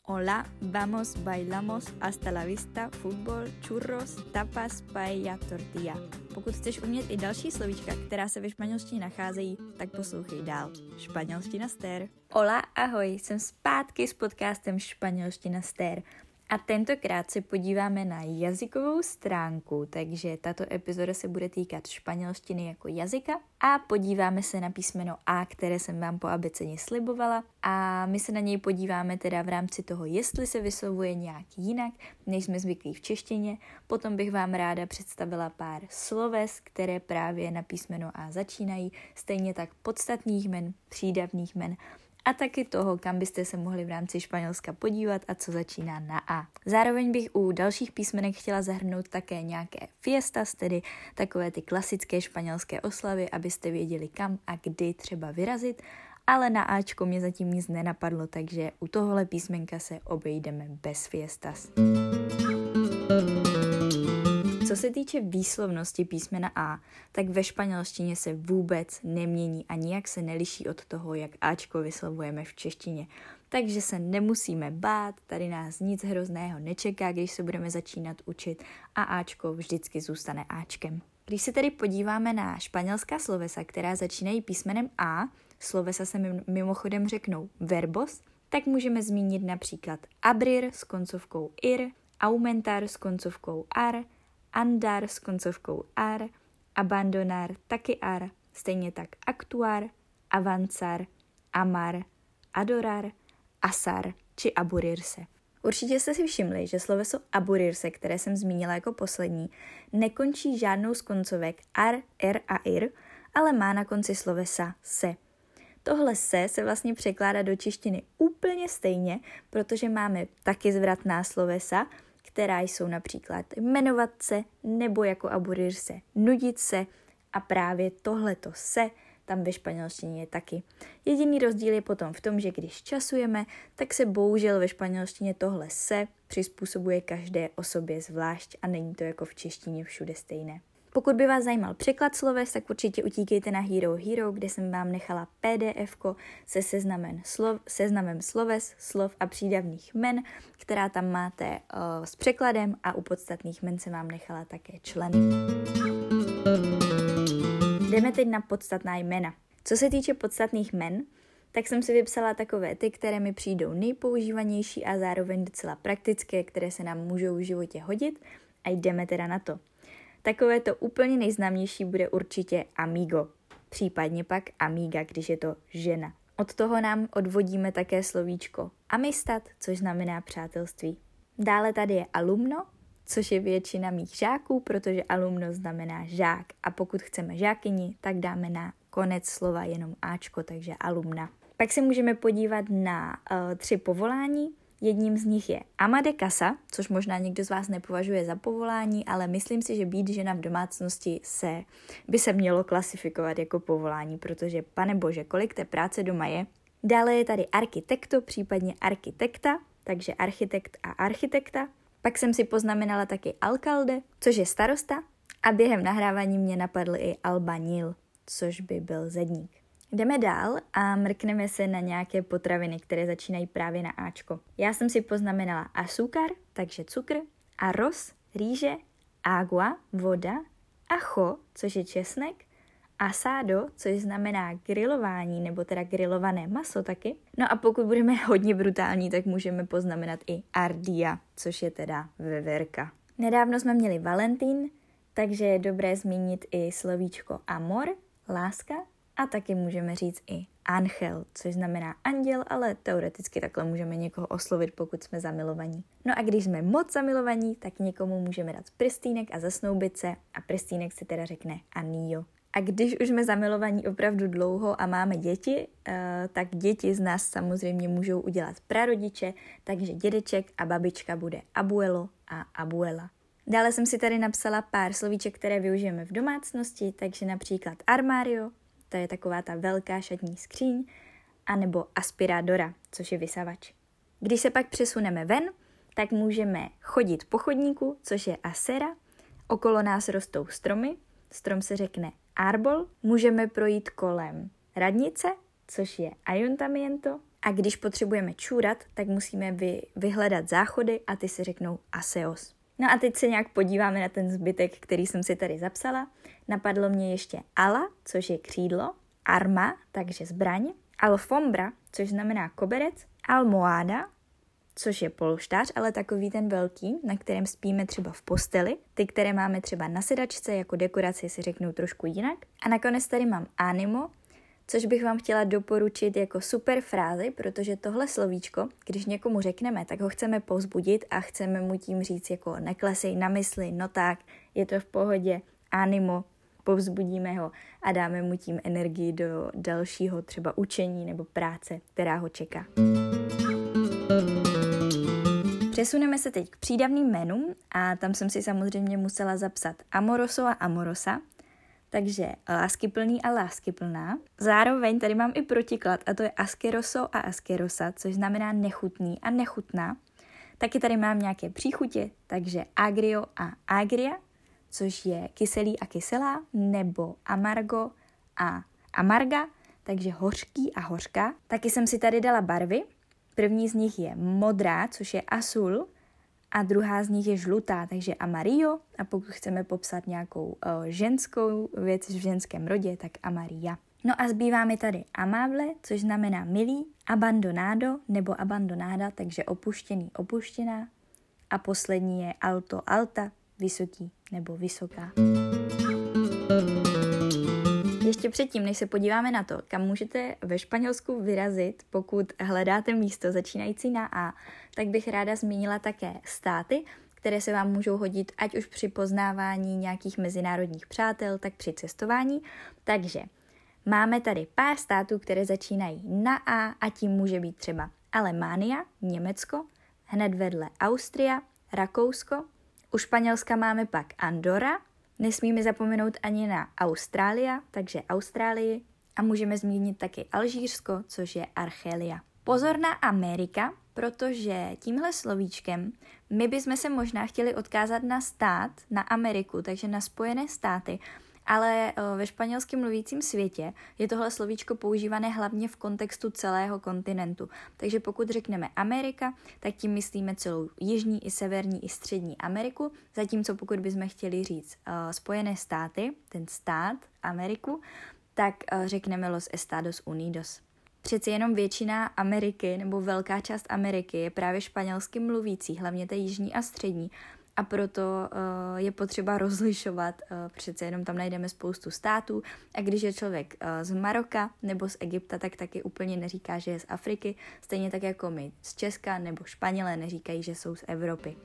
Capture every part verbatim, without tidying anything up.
Hola, vamos, bailamos, hasta la vista, fútbol, churros, tapas, paella, tortilla. Pokud chceš umět i další slovíčka, která se ve španělštině nacházejí, tak poslouchej dál. Španělština stér. Hola, ahoj, jsem zpátky s podcastem Španělština stér. A tentokrát se podíváme na jazykovou stránku, takže tato epizoda se bude týkat španělštiny jako jazyka a podíváme se na písmeno A, které jsem vám po abeceně slibovala a my se na něj podíváme teda v rámci toho, jestli se vyslovuje nějak jinak, než jsme zvyklí v češtině. Potom bych vám ráda představila pár sloves, které právě na písmeno A začínají, stejně tak podstatných jmen, přídavných jmen, a taky toho, kam byste se mohli v rámci Španělska podívat a co začíná na A. Zároveň bych u dalších písmenek chtěla zahrnout také nějaké fiestas, tedy takové ty klasické španělské oslavy, abyste věděli kam a kdy třeba vyrazit, ale na Ačko mě zatím nic nenapadlo, takže u tohohle písmenka se obejdeme bez fiestas. Co se týče výslovnosti písmena A, tak ve španělštině se vůbec nemění a nijak se neliší od toho, jak Ačko vyslovujeme v češtině. Takže se nemusíme bát, tady nás nic hrozného nečeká, když se budeme začínat učit a Ačko vždycky zůstane Ačkem. Když se tedy podíváme na španělská slovesa, která začínají písmenem A, slovesa se mimochodem řeknou verbos, tak můžeme zmínit například abrir s koncovkou ir, aumentar s koncovkou ar, andar s koncovkou ar, abandonar taky ar, stejně tak actuar, avanzar, amar, adorar, asar či aburrirse. Určitě jste si všimli, že sloveso aburrirse, které jsem zmínila jako poslední, nekončí žádnou z koncovek ar, er a ir, ale má na konci slovesa se. Tohle se se vlastně překládá do češtiny úplně stejně, protože máme taky zvratná slovesa, která jsou například jmenovat se nebo jako aburrirse nudit se a právě tohleto se tam ve španělštině je taky. Jediný rozdíl je potom v tom, že když časujeme, tak se bohužel ve španělštině tohle se přizpůsobuje každé osobě zvlášť a není to jako v češtině všude stejné. Pokud by vás zajímal překlad sloves, tak určitě utíkejte na Hero Hero, kde jsem vám nechala P D F ko se seznamem, slov, seznamem sloves, slov a přídavných jmen, která tam máte uh, s překladem a u podstatných jmen jsem vám nechala také členy. Jdeme teď na podstatná jména. Co se týče podstatných jmen, tak jsem si vypsala takové ty, které mi přijdou nejpoužívanější a zároveň docela praktické, které se nám můžou v životě hodit a jdeme teda na to. Takové to úplně nejznámější bude určitě amigo, případně pak amiga, když je to žena. Od toho nám odvodíme také slovíčko amistad, což znamená přátelství. Dále tady je alumno, což je většina mých žáků, protože alumno znamená žák a pokud chceme žákyni, tak dáme na konec slova jenom áčko, takže alumna. Pak se můžeme podívat na uh, tři povolání. Jedním z nich je ama de casa, což možná někdo z vás nepovažuje za povolání, ale myslím si, že být žena v domácnosti se, by se mělo klasifikovat jako povolání, protože pane bože, kolik té práce doma je. Dále je tady architekto, případně architekta, takže architekt a architekta. Pak jsem si poznamenala taky alcalde, což je starosta a během nahrávání mě napadl i albañil, což by byl zedník. Jdeme dál a mrkneme se na nějaké potraviny, které začínají právě na áčko. Já jsem si poznamenala azúcar, takže cukr, arroz, rýže, agua, voda, ajo, což je česnek, asado, což znamená grilování, nebo teda grilované maso taky. No a pokud budeme hodně brutální, tak můžeme poznamenat i ardilla, což je teda veverka. Nedávno jsme měli Valentín, takže je dobré zmínit i slovíčko amor, láska, a taky můžeme říct i angel, což znamená anděl, ale teoreticky takhle můžeme někoho oslovit, pokud jsme zamilovaní. No a když jsme moc zamilovaní, tak někomu můžeme dát prstýnek a zasnoubit se a prstýnek se teda řekne anillo. A když už jsme zamilovaní opravdu dlouho a máme děti, tak děti z nás samozřejmě můžou udělat prarodiče, takže dědeček a babička bude abuelo a abuela. Dále jsem si tady napsala pár slovíček, které využijeme v domácnosti, takže například armario, to je taková ta velká šatní skříň, anebo aspiradora, což je vysavač. Když se pak přesuneme ven, tak můžeme chodit po chodníku, což je acera, okolo nás rostou stromy, strom se řekne árbol, můžeme projít kolem radnice, což je ayuntamiento, A když potřebujeme čůrat, tak musíme vy, vyhledat záchody a ty si řeknou aseos. No a teď se nějak podíváme na ten zbytek, který jsem si tady zapsala. Napadlo mě ještě ala, což je křídlo, arma, takže zbraň, alfombra, což znamená koberec, almohada, což je polštář, ale takový ten velký, na kterém spíme třeba v posteli. Ty, které máme třeba na sedačce, jako dekoraci si řeknou trošku jinak. A nakonec tady mám animo, což bych vám chtěla doporučit jako super frázi, protože tohle slovíčko, když někomu řekneme, tak ho chceme povzbudit a chceme mu tím říct jako neklesej na mysli, no tak, je to v pohodě, animo, povzbudíme ho a dáme mu tím energii do dalšího třeba učení nebo práce, která ho čeká. Přesuneme se teď k přídavným jménům a tam jsem si samozřejmě musela zapsat amoroso a amorosa, takže láskyplný a láskyplná. Zároveň tady mám i protiklad a to je askeroso a askerosa, což znamená nechutný a nechutná. Taky tady mám nějaké příchutě, takže agrio a agria, což je kyselý a kyselá, nebo amargo a amarga, takže hořký a hořká. Taky jsem si tady dala barvy. První z nich je modrá, což je azul, a druhá z nich je žlutá, takže amarillo. A pokud chceme popsat nějakou uh, ženskou věc v ženském rodě, tak amaria. No a zbývá mi tady amable, což znamená milý, abandonado nebo abandonada, takže opuštěný, opuštěná. A poslední je alto, alta, vysoký nebo vysoká. Ještě předtím, než se podíváme na to, kam můžete ve Španělsku vyrazit, pokud hledáte místo začínající na A, tak bych ráda zmínila také státy, které se vám můžou hodit ať už při poznávání nějakých mezinárodních přátel, tak při cestování. Takže máme tady pár států, které začínají na A a tím může být třeba Alemania, Německo, hned vedle Austria, Rakousko, u Španělska máme pak Andorra, nesmíme zapomenout ani na Austrália, takže Austrálii a můžeme zmínit taky Alžírsko, což je Argelia. Pozor na Amerika, protože tímhle slovíčkem my bychom se možná chtěli odkázat na stát, na Ameriku, takže na Spojené státy, ale ve španělsky mluvícím světě je tohle slovíčko používané hlavně v kontextu celého kontinentu. Takže pokud řekneme Amerika, tak tím myslíme celou jižní i severní i střední Ameriku, zatímco pokud bychom chtěli říct uh, Spojené státy, ten stát Ameriku, tak uh, řekneme Los Estados Unidos. Přeci jenom většina Ameriky nebo velká část Ameriky je právě španělsky mluvící, hlavně té jižní a střední. A proto uh, je potřeba rozlišovat, uh, přece jenom tam najdeme spoustu států a když je člověk uh, z Maroka nebo z Egypta, tak taky úplně neříká, že je z Afriky, stejně tak jako my z Česka nebo Španělé neříkají, že jsou z Evropy.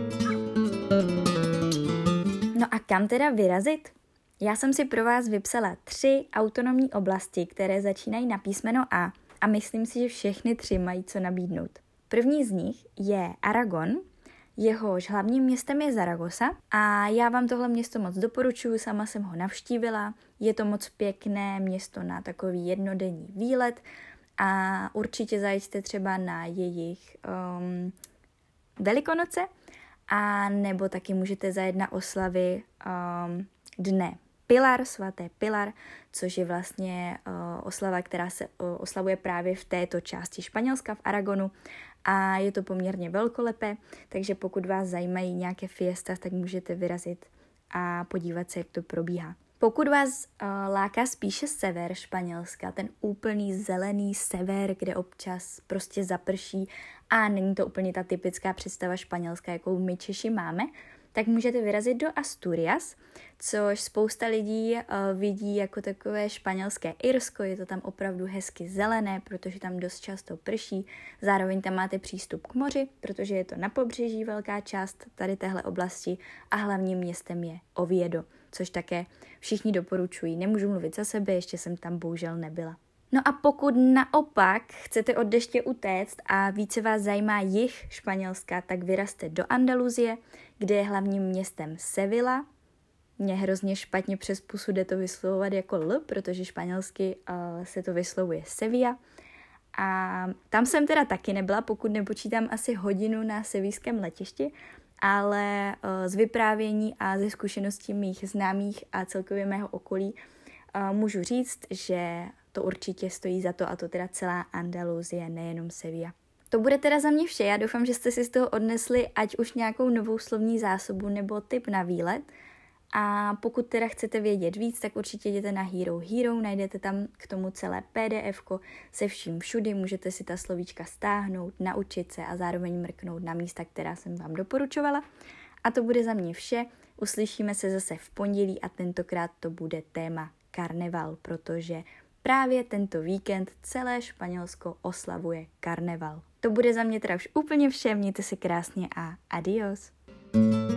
No a kam teda vyrazit? Já jsem si pro vás vypsala tři autonomní oblasti, které začínají na písmeno A a myslím si, že všechny tři mají co nabídnout. První z nich je Aragon, jehož hlavním městem je Zaragoza a já vám tohle město moc doporučuji, sama jsem ho navštívila, je to moc pěkné město na takový jednodenní výlet a určitě zajeďte třeba na jejich um, Velikonoce a nebo taky můžete zajet na oslavy um, dne Pilar, svaté Pilar, což je vlastně uh, oslava, která se uh, oslavuje právě v této části Španělska, v Aragonu a je to poměrně velkolepé, takže pokud vás zajímají nějaké fiesta, tak můžete vyrazit a podívat se, jak to probíhá. Pokud vás uh, láká spíše sever Španělska, ten úplný zelený sever, kde občas prostě zaprší a není to úplně ta typická představa Španělska, jakou my Češi máme, tak můžete vyrazit do Asturias, což spousta lidí uh, vidí jako takové španělské Irsko, je to tam opravdu hezky zelené, protože tam dost často prší, zároveň tam máte přístup k moři, protože je to na pobřeží velká část tady téhle oblasti a hlavním městem je Oviedo, což také všichni doporučují. Nemůžu mluvit za sebe, ještě jsem tam bohužel nebyla. No a pokud naopak chcete od deště utéct a více vás zajímá jih Španělska, tak vyrazte do Andaluzie, kde je hlavním městem Sevilla. Mně hrozně špatně přes pusu jde to vyslovovat jako L, protože španělsky uh, se to vyslovuje Sevilla. A tam jsem teda taky nebyla, pokud nepočítám asi hodinu na sevijském letišti, ale uh, z vyprávění a ze zkušeností mých známých a celkově mého okolí uh, můžu říct, že to určitě stojí za to, a to teda celá Andalusie, nejenom Sevilla. To bude teda za mě vše, já doufám, že jste si z toho odnesli ať už nějakou novou slovní zásobu nebo tip na výlet. A pokud teda chcete vědět víc, tak určitě jděte na Hero Hero, najdete tam k tomu celé pé dé efko se vším všudy, můžete si ta slovíčka stáhnout, naučit se a zároveň mrknout na místa, která jsem vám doporučovala. A to bude za mě vše, uslyšíme se zase v pondělí a tentokrát to bude téma karneval, protože právě tento víkend celé Španělsko oslavuje karneval. To bude za mě teda už úplně vše, mějte se krásně a adios.